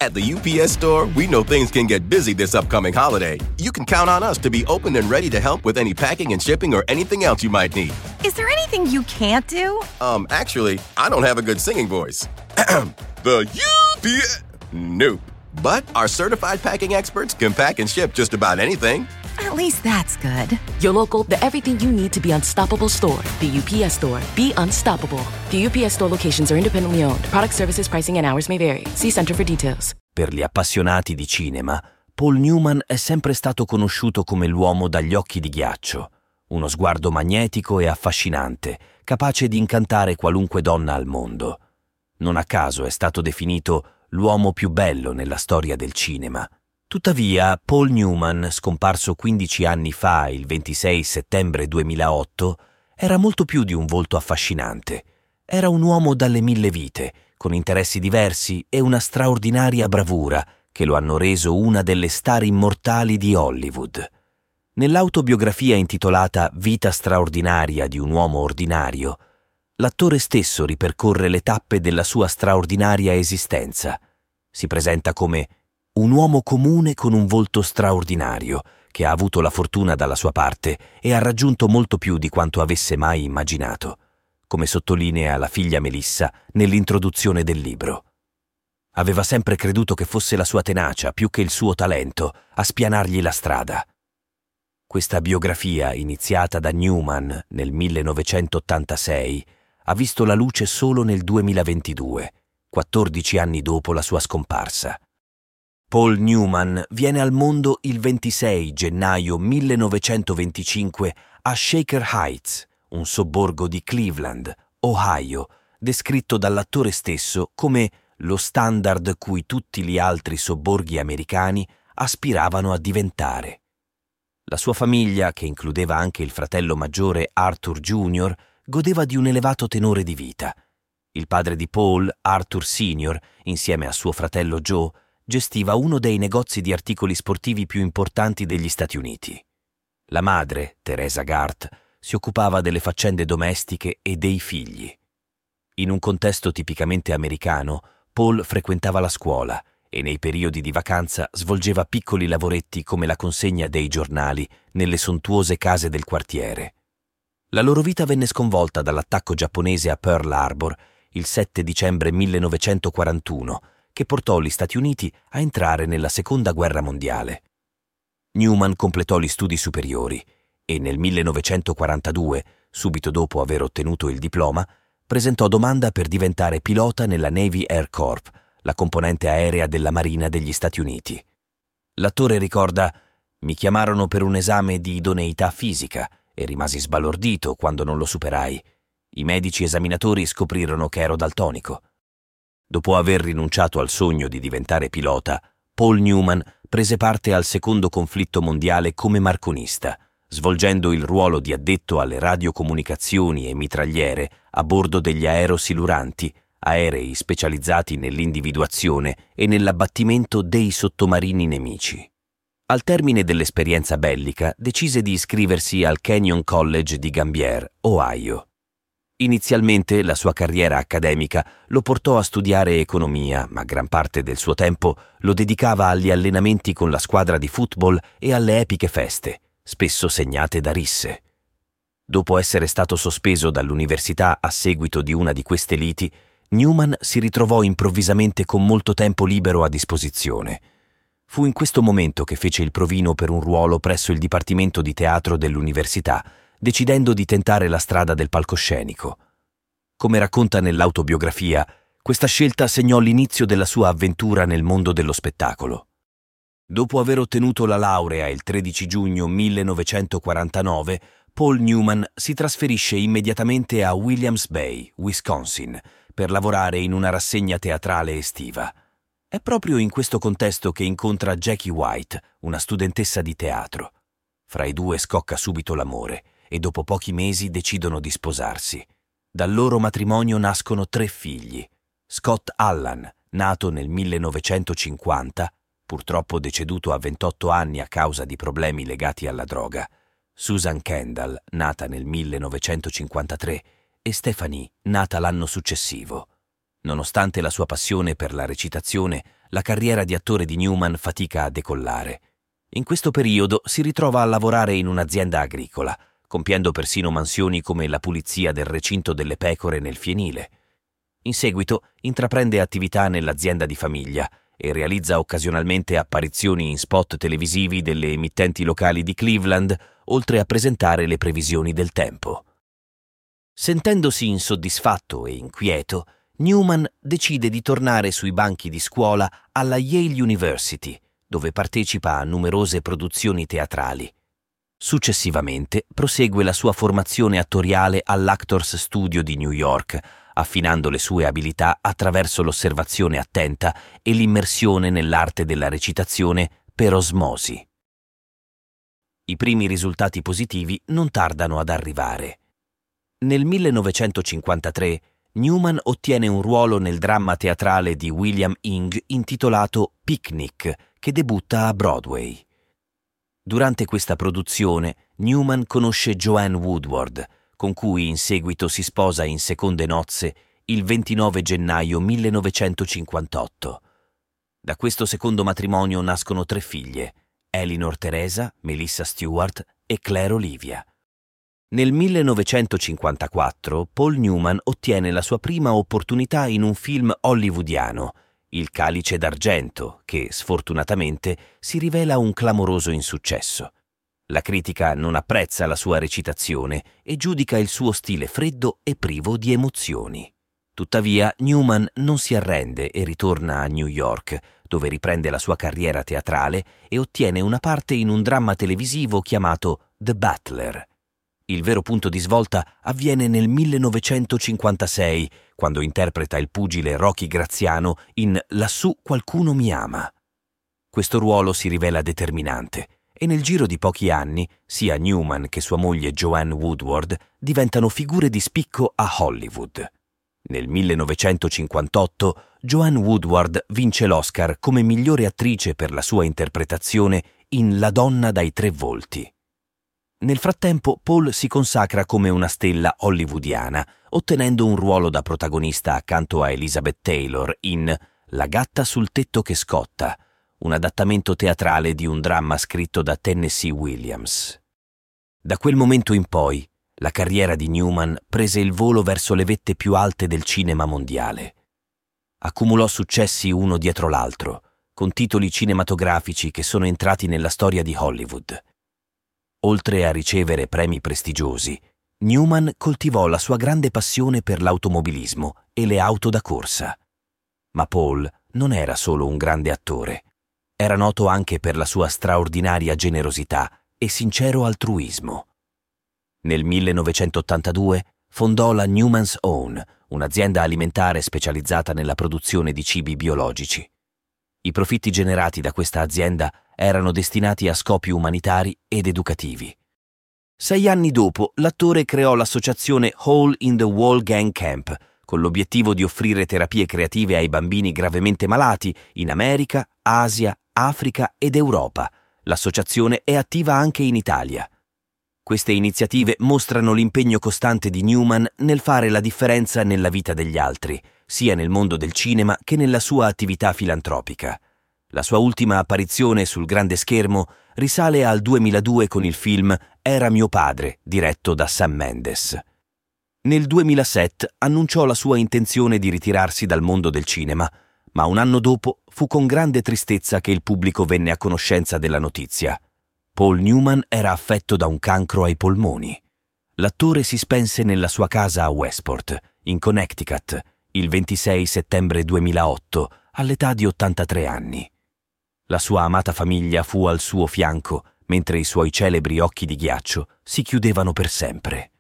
At the UPS Store, we know things can get busy this upcoming holiday. You can count on us to be open and ready to help with any packing and shipping or anything else you might need. Is there anything you can't do? Actually, I don't have a good singing voice. The UPS... Nope. But our certified packing experts can pack and ship just about anything. At least that's good. Your local, the everything you need to be unstoppable store. The UPS Store. Be unstoppable. The UPS Store locations are independently owned. Product, services, pricing, and hours may vary. See Center for details. Per gli appassionati di cinema, Paul Newman è sempre stato conosciuto come l'uomo dagli occhi di ghiaccio. Uno sguardo magnetico e affascinante, capace di incantare qualunque donna al mondo. Non a caso è stato definito l'uomo più bello nella storia del cinema. Tuttavia, Paul Newman, scomparso 15 anni fa, il 26 settembre 2008, era molto più di un volto affascinante. Era un uomo dalle mille vite, con interessi diversi e una straordinaria bravura che lo hanno reso una delle star immortali di Hollywood. Nell'autobiografia intitolata Vita straordinaria di un uomo ordinario, l'attore stesso ripercorre le tappe della sua straordinaria esistenza. Si presenta come un uomo comune con un volto straordinario, che ha avuto la fortuna dalla sua parte e ha raggiunto molto più di quanto avesse mai immaginato, come sottolinea la figlia Melissa nell'introduzione del libro. Aveva sempre creduto che fosse la sua tenacia, più che il suo talento, a spianargli la strada. Questa biografia, iniziata da Newman nel 1986, ha visto la luce solo nel 2022, 14 anni dopo la sua scomparsa. Paul Newman viene al mondo il 26 gennaio 1925 a Shaker Heights, un sobborgo di Cleveland, Ohio, descritto dall'attore stesso come lo standard cui tutti gli altri sobborghi americani aspiravano a diventare. La sua famiglia, che includeva anche il fratello maggiore Arthur Jr., godeva di un elevato tenore di vita. Il padre di Paul, Arthur Sr., insieme a suo fratello Joe, gestiva uno dei negozi di articoli sportivi più importanti degli Stati Uniti. La madre, Teresa Gart, si occupava delle faccende domestiche e dei figli. In un contesto tipicamente americano, Paul frequentava la scuola e nei periodi di vacanza svolgeva piccoli lavoretti come la consegna dei giornali nelle sontuose case del quartiere. La loro vita venne sconvolta dall'attacco giapponese a Pearl Harbor il 7 dicembre 1941, che portò gli Stati Uniti a entrare nella Seconda Guerra Mondiale. Newman completò gli studi superiori e nel 1942, subito dopo aver ottenuto il diploma, presentò domanda per diventare pilota nella Navy Air Corps, la componente aerea della Marina degli Stati Uniti. L'attore ricorda: «Mi chiamarono per un esame di idoneità fisica e rimasi sbalordito quando non lo superai. I medici esaminatori scoprirono che ero daltonico». Dopo aver rinunciato al sogno di diventare pilota, Paul Newman prese parte al secondo conflitto mondiale come marconista, svolgendo il ruolo di addetto alle radiocomunicazioni e mitragliere a bordo degli aerosiluranti, aerei specializzati nell'individuazione e nell'abbattimento dei sottomarini nemici. Al termine dell'esperienza bellica decise di iscriversi al Kenyon College di Gambier, Ohio. Inizialmente la sua carriera accademica lo portò a studiare economia, ma gran parte del suo tempo lo dedicava agli allenamenti con la squadra di football e alle epiche feste, spesso segnate da risse. Dopo essere stato sospeso dall'università a seguito di una di queste liti, Newman si ritrovò improvvisamente con molto tempo libero a disposizione. Fu in questo momento che fece il provino per un ruolo presso il Dipartimento di Teatro dell'università, decidendo di tentare la strada del palcoscenico. Come racconta nell'autobiografia, questa scelta segnò l'inizio della sua avventura nel mondo dello spettacolo. Dopo aver ottenuto la laurea il 13 giugno 1949, Paul Newman si trasferisce immediatamente a Williams Bay, Wisconsin, per lavorare in una rassegna teatrale estiva. È proprio in questo contesto che incontra Jackie White, una studentessa di teatro. Fra i due scocca subito l'amore e dopo pochi mesi decidono di sposarsi. Dal loro matrimonio nascono 3 figli. Scott Allan, nato nel 1950, purtroppo deceduto a 28 anni a causa di problemi legati alla droga, Susan Kendall, nata nel 1953, e Stephanie, nata l'anno successivo. Nonostante la sua passione per la recitazione, la carriera di attore di Newman fatica a decollare. In questo periodo si ritrova a lavorare in un'azienda agricola, compiendo persino mansioni come la pulizia del recinto delle pecore nel fienile. In seguito intraprende attività nell'azienda di famiglia e realizza occasionalmente apparizioni in spot televisivi delle emittenti locali di Cleveland, oltre a presentare le previsioni del tempo. Sentendosi insoddisfatto e inquieto, Newman decide di tornare sui banchi di scuola alla Yale University, dove partecipa a numerose produzioni teatrali. Successivamente prosegue la sua formazione attoriale all'Actors Studio di New York, affinando le sue abilità attraverso l'osservazione attenta e l'immersione nell'arte della recitazione per osmosi. I primi risultati positivi non tardano ad arrivare. Nel 1953 Newman ottiene un ruolo nel dramma teatrale di William Ing intitolato Picnic, che debutta a Broadway. Durante questa produzione Newman conosce Joanne Woodward, con cui in seguito si sposa in seconde nozze il 29 gennaio 1958. Da questo secondo matrimonio nascono 3 figlie, Eleanor Teresa, Melissa Stewart e Claire Olivia. Nel 1954 Paul Newman ottiene la sua prima opportunità in un film hollywoodiano, Il calice d'argento, che sfortunatamente si rivela un clamoroso insuccesso. La critica non apprezza la sua recitazione e giudica il suo stile freddo e privo di emozioni. Tuttavia, Newman non si arrende e ritorna a New York, dove riprende la sua carriera teatrale e ottiene una parte in un dramma televisivo chiamato The Butler. Il vero punto di svolta avviene nel 1956, quando interpreta il pugile Rocky Graziano in Lassù qualcuno mi ama. Questo ruolo si rivela determinante e nel giro di pochi anni sia Newman che sua moglie Joanne Woodward diventano figure di spicco a Hollywood. Nel 1958 Joanne Woodward vince l'Oscar come migliore attrice per la sua interpretazione in La donna dai 3 volti. Nel frattempo Paul si consacra come una stella hollywoodiana, ottenendo un ruolo da protagonista accanto a Elizabeth Taylor in La gatta sul tetto che scotta, un adattamento teatrale di un dramma scritto da Tennessee Williams. Da quel momento in poi, la carriera di Newman prese il volo verso le vette più alte del cinema mondiale. Accumulò successi uno dietro l'altro, con titoli cinematografici che sono entrati nella storia di Hollywood. Oltre a ricevere premi prestigiosi, Newman coltivò la sua grande passione per l'automobilismo e le auto da corsa. Ma Paul non era solo un grande attore. Era noto anche per la sua straordinaria generosità e sincero altruismo. Nel 1982 fondò la Newman's Own, un'azienda alimentare specializzata nella produzione di cibi biologici. I profitti generati da questa azienda erano destinati a scopi umanitari ed educativi. 6 anni dopo, l'attore creò l'associazione Hole in the Wall Gang Camp, con l'obiettivo di offrire terapie creative ai bambini gravemente malati in America, Asia, Africa ed Europa. L'associazione è attiva anche in Italia. Queste iniziative mostrano l'impegno costante di Newman nel fare la differenza nella vita degli altri, sia nel mondo del cinema che nella sua attività filantropica. La sua ultima apparizione sul grande schermo risale al 2002 con il film Era mio padre, diretto da Sam Mendes. Nel 2007 annunciò la sua intenzione di ritirarsi dal mondo del cinema, ma un anno dopo fu con grande tristezza che il pubblico venne a conoscenza della notizia. Paul Newman era affetto da un cancro ai polmoni. L'attore si spense nella sua casa a Westport, in Connecticut, il 26 settembre 2008, all'età di 83 anni. La sua amata famiglia fu al suo fianco, mentre i suoi celebri occhi di ghiaccio si chiudevano per sempre.